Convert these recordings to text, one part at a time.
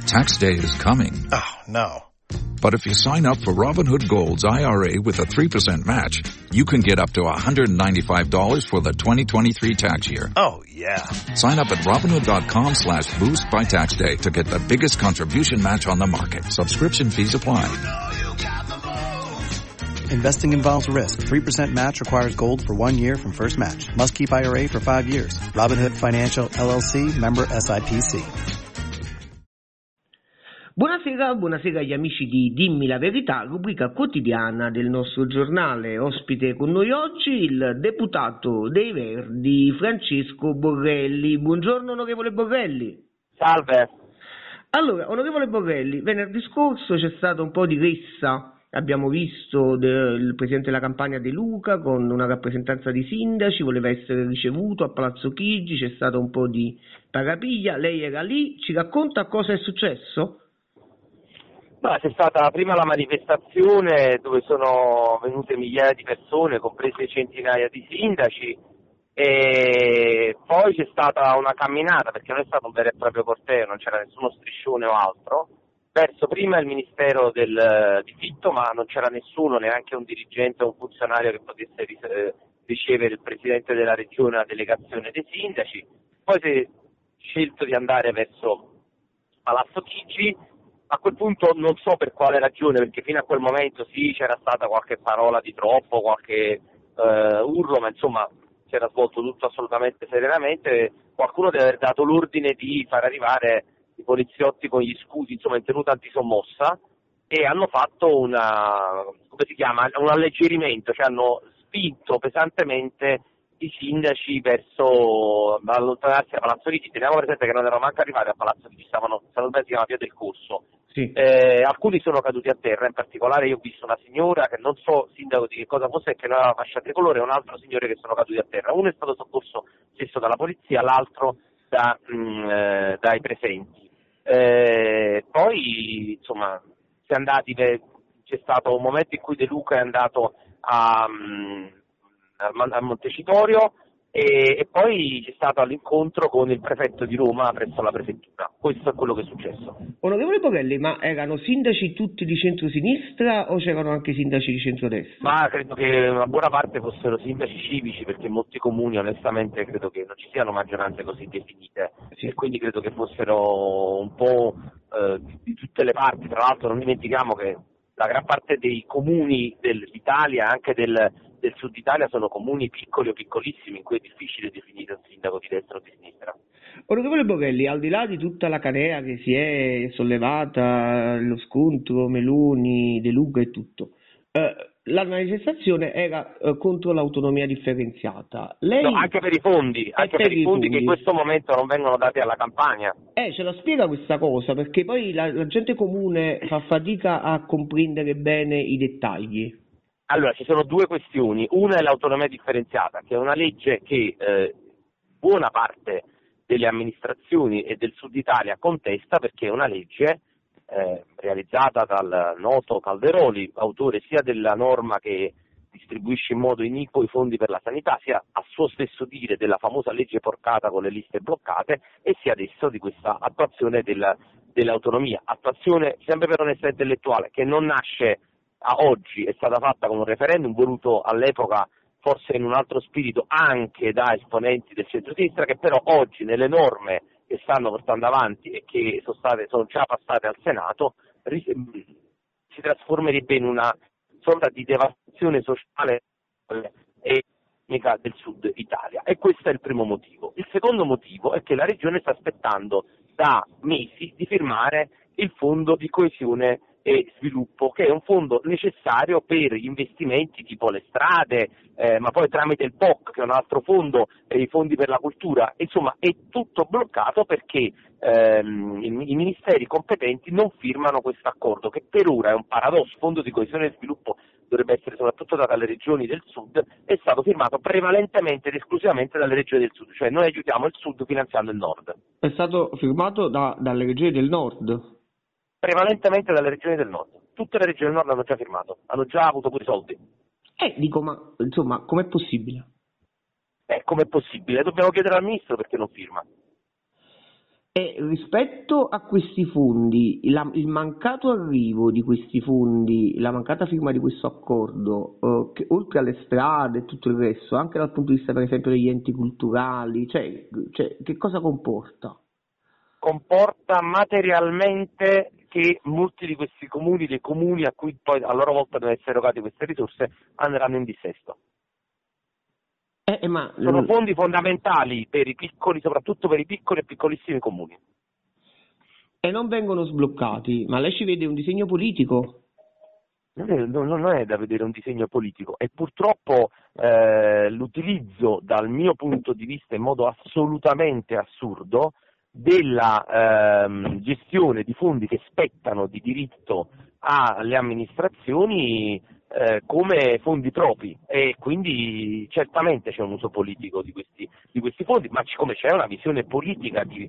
Tax day is coming. Oh, no. But if you sign up for Robinhood Gold's IRA with a 3% match, you can get up to $195 for the 2023 tax year. Oh, yeah. Sign up at Robinhood.com/boost by tax day to get the biggest contribution match on the market. Subscription fees apply. Investing involves risk. 3% match requires gold for 1 year from first match. Must keep IRA for 5 years. Robinhood Financial LLC, member SIPC. Buonasera agli amici di Dimmi la Verità, rubrica quotidiana del nostro giornale. Ospite con noi oggi il deputato dei Verdi Francesco Borrelli. Buongiorno onorevole Borrelli. Salve. Allora, onorevole Borrelli, venerdì scorso c'è stata un po' di rissa. Abbiamo visto il presidente della campagna De Luca con una rappresentanza di sindaci, voleva essere ricevuto a Palazzo Chigi, c'è stato un po' di parapiglia, lei era lì, ci racconta cosa è successo? C'è stata prima la manifestazione dove sono venute migliaia di persone, comprese centinaia di sindaci, e poi c'è stata una camminata, perché non è stato un vero e proprio corteo, non c'era nessuno striscione o altro, verso prima il ministero di Fitto, ma non c'era nessuno, neanche un dirigente o un funzionario che potesse ricevere il presidente della regione, la delegazione dei sindaci. Poi si è scelto di andare verso Palazzo Chigi. A quel punto non so per quale ragione, perché fino a quel momento sì, c'era stata qualche parola di troppo, qualche urlo, ma insomma si era svolto tutto assolutamente serenamente. Qualcuno deve aver dato l'ordine di far arrivare i poliziotti con gli scudi, insomma in tenuta antisommossa, e hanno fatto un alleggerimento, cioè hanno spinto pesantemente i sindaci verso allontanarsi da Palazzo Chigi. Teniamo presente che non erano manco arrivati a Palazzo Chigi, stavano si chiama Via del Corso. Sì. Alcuni sono caduti a terra, in particolare io ho visto una signora che non so sindaco di che cosa fosse, che non aveva fascia tricolore, e un altro signore che sono caduti a terra. Uno è stato soccorso stesso dalla polizia, l'altro dai presenti. Poi insomma c'è stato un momento in cui De Luca è andato a Montecitorio e poi c'è stato l'incontro con il prefetto di Roma presso la prefettura. Questo è quello che è successo. Onorevole Borrelli, ma erano sindaci tutti di centrosinistra o c'erano anche sindaci di centrodestra? Ma credo che una buona parte fossero sindaci civici, perché molti comuni onestamente credo che non ci siano maggioranze così definite, sì. E quindi credo che fossero un po' di tutte le parti. Tra l'altro non dimentichiamo che la gran parte dei comuni dell'Italia, anche del sud Italia, sono comuni piccoli o piccolissimi, in cui è difficile definire un sindaco di destra o di sinistra. Onorevole Borrelli, al di là di tutta la canea che si è sollevata, lo scontro Meloni, De Luca e tutto, la manifestazione era contro l'autonomia differenziata. Lei... No, anche per i fondi, che in questo momento non vengono dati alla campagna. Ce la spiega questa cosa, perché poi la gente comune fa fatica a comprendere bene i dettagli. Allora, ci sono due questioni. Una è l'autonomia differenziata, che è una legge che buona parte delle amministrazioni e del sud Italia contesta, perché è una legge realizzata dal noto Calderoli, autore sia della norma che distribuisce in modo iniquo i fondi per la sanità, sia a suo stesso dire della famosa legge porcata con le liste bloccate, e sia adesso di questa attuazione dell'autonomia. Attuazione, sempre per onestà intellettuale, che non nasce a oggi, è stata fatta con un referendum voluto all'epoca forse in un altro spirito anche da esponenti del centro-sinistra, che però oggi nelle norme che stanno portando avanti e che sono già passate al Senato si trasformerebbe in una sorta di devastazione sociale e economica del sud Italia, e questo è il primo motivo. Il secondo motivo è che la Regione sta aspettando da mesi di firmare il fondo di coesione e sviluppo, che è un fondo necessario per gli investimenti tipo le strade, ma poi tramite il POC, che è un altro fondo, i fondi per la cultura. Insomma, è tutto bloccato perché i ministeri competenti non firmano questo accordo, che per ora è un paradosso. Il fondo di coesione e sviluppo dovrebbe essere soprattutto dato alle regioni del sud, è stato firmato prevalentemente ed esclusivamente dalle regioni del sud, cioè noi aiutiamo il sud finanziando il nord. È stato firmato dalle regioni del nord? Prevalentemente dalle regioni del nord. Tutte le regioni del nord hanno già firmato, hanno già avuto pure i soldi. Ma insomma, com'è possibile? Com'è possibile? Dobbiamo chiedere al ministro perché non firma. E rispetto a questi fondi, il mancato arrivo di questi fondi, la mancata firma di questo accordo, che oltre alle strade e tutto il resto, anche dal punto di vista per esempio degli enti culturali, cioè che cosa comporta? Comporta materialmente che molti di questi comuni, dei comuni a cui poi a loro volta devono essere erogate queste risorse, andranno in dissesto. Sono fondi fondamentali per i piccoli, soprattutto per i piccoli e piccolissimi comuni. E non vengono sbloccati, ma lei ci vede un disegno politico? Non è da vedere un disegno politico, e purtroppo l'utilizzo dal mio punto di vista in modo assolutamente assurdo della gestione di fondi che spettano di diritto alle amministrazioni come fondi propri, e quindi certamente c'è un uso politico di questi fondi, ma come c'è una visione politica di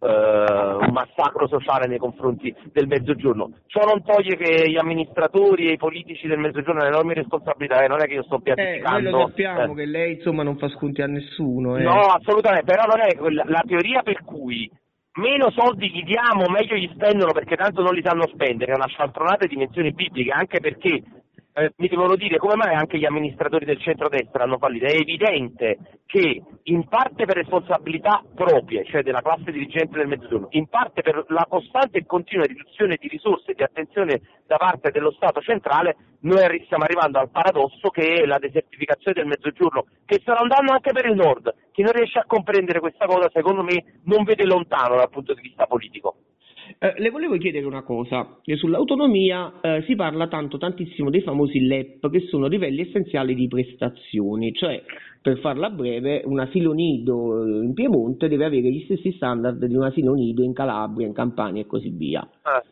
un massacro sociale nei confronti del Mezzogiorno. Ciò non toglie che gli amministratori e i politici del Mezzogiorno hanno enormi responsabilità, non è che io sto beatificando. Noi lo sappiamo che lei insomma non fa sconti a nessuno. No, assolutamente, però non è la teoria per cui meno soldi gli diamo, meglio gli spendono perché tanto non li sanno spendere, è una scialtronata di dimensioni bibliche, anche perché mi devono dire come mai anche gli amministratori del centrodestra hanno fallito. È evidente che in parte per responsabilità proprie, cioè della classe dirigente del Mezzogiorno, in parte per la costante e continua riduzione di risorse e di attenzione da parte dello Stato centrale, noi stiamo arrivando al paradosso che è la desertificazione del Mezzogiorno, che sarà un danno anche per il Nord. Chi non riesce a comprendere questa cosa, secondo me, non vede lontano dal punto di vista politico. Le volevo chiedere una cosa, che sull'autonomia si parla tantissimo dei famosi LEP, che sono livelli essenziali di prestazioni, cioè per farla breve un asilo nido in Piemonte deve avere gli stessi standard di un asilo nido in Calabria, in Campania e così via.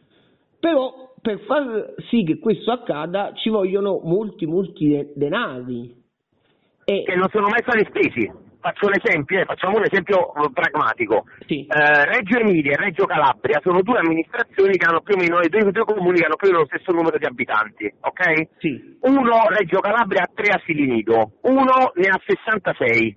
Però per far sì che questo accada ci vogliono molti denari. Che non sono mai stati spesi. Facciamo un esempio pragmatico. Sì. Reggio Emilia e Reggio Calabria sono due amministrazioni che hanno più o meno, due comuni che hanno più o meno lo stesso numero di abitanti, ok? Sì. Uno, Reggio Calabria, ha 3 asili nido, uno ne ha 66.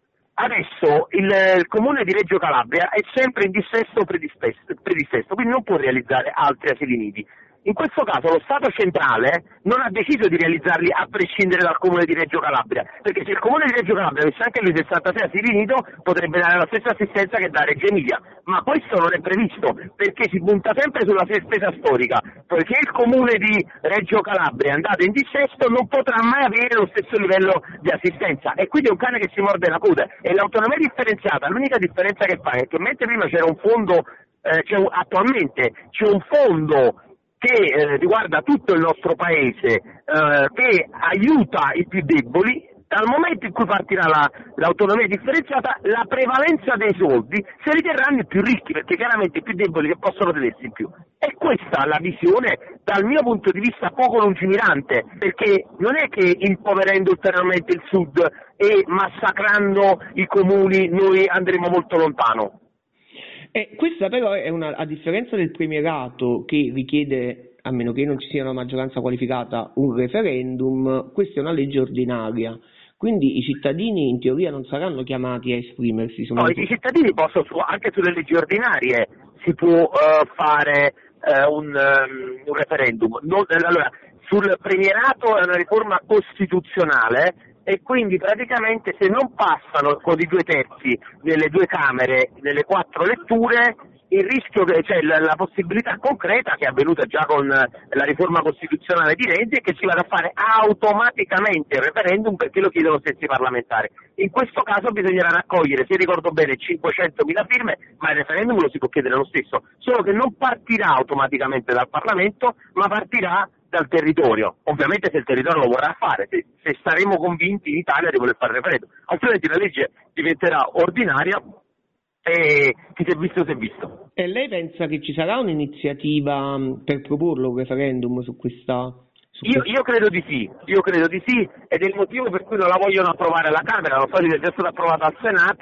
Adesso il comune di Reggio Calabria è sempre in dissesto predissesto, quindi non può realizzare altri asili nidi. In questo caso lo Stato centrale non ha deciso di realizzarli a prescindere dal comune di Reggio Calabria, perché se il comune di Reggio Calabria avesse anche lui 66 asili nido potrebbe dare la stessa assistenza che dà Reggio Emilia, ma questo non è previsto perché si punta sempre sulla spesa storica, poiché il comune di Reggio Calabria è andato in dissesto non potrà mai avere lo stesso livello di assistenza, e quindi è un cane che si morde la coda. E l'autonomia differenziata, l'unica differenza che fa è che mentre prima c'era un fondo, attualmente c'è un fondo che riguarda tutto il nostro paese, che aiuta i più deboli. Dal momento in cui partirà l'autonomia differenziata, la prevalenza dei soldi se li terranno i più ricchi, perché chiaramente i più deboli che possono tenersi in più. E questa è la visione, dal mio punto di vista, poco lungimirante, perché non è che impoverendo ulteriormente il Sud e massacrando i comuni noi andremo molto lontano. Questa però è a differenza del premierato che richiede, a meno che non ci sia una maggioranza qualificata, un referendum, questa è una legge ordinaria. Quindi i cittadini in teoria non saranno chiamati a esprimersi. I cittadini possono, anche sulle leggi ordinarie si può fare un referendum. Allora, sul premierato è una riforma costituzionale, e quindi praticamente se non passano con i 2/3 nelle 2 Camere, nelle 4 letture, il rischio che c'è la possibilità concreta, che è avvenuta già con la riforma costituzionale di Renzi, è che si vada a fare automaticamente il referendum perché lo chiedono stessi parlamentari. In questo caso bisognerà raccogliere, se ricordo bene, 500.000 firme, ma il referendum lo si può chiedere lo stesso, solo che non partirà automaticamente dal Parlamento, ma partirà dal territorio, ovviamente se il territorio lo vorrà fare, se saremo convinti in Italia di voler fare il referendum, altrimenti la legge diventerà ordinaria e chi si è visto si è visto. E lei pensa che ci sarà un'iniziativa per proporlo un referendum su questa? Io credo di sì, ed è il motivo per cui non la vogliono approvare alla Camera, lo so che è già stata approvata al Senato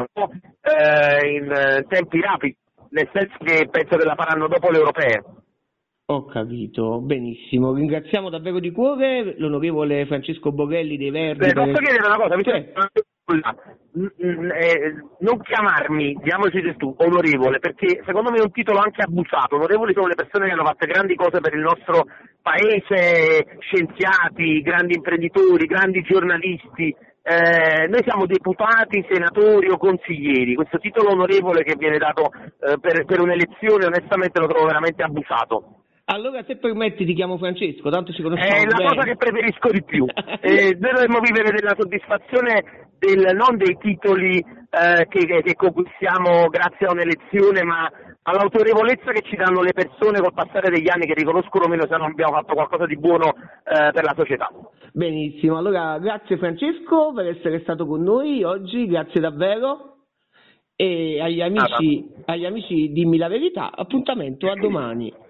in tempi rapidi, nel senso che penso che la faranno dopo le europee. Ho capito, benissimo. Ringraziamo davvero di cuore l'onorevole Francesco Borrelli dei Verdi. Posso chiedere una cosa? non chiamarmi, diamoci del tu, onorevole, perché secondo me è un titolo anche abusato. Onorevoli sono le persone che hanno fatto grandi cose per il nostro paese, scienziati, grandi imprenditori, grandi giornalisti. Noi siamo deputati, senatori o consiglieri. Questo titolo onorevole che viene dato per un'elezione onestamente lo trovo veramente abusato. Allora, se permetti, ti chiamo Francesco, tanto ci conosciamo È la bene. cosa che preferisco di più. Noi dovremmo vivere della soddisfazione non dei titoli che conquistiamo grazie a un'elezione, ma all'autorevolezza che ci danno le persone col passare degli anni, che riconoscono meno se non abbiamo fatto qualcosa di buono per la società. Benissimo, allora grazie Francesco per essere stato con noi oggi, grazie davvero. E agli amici Dimmi la Verità, appuntamento a domani.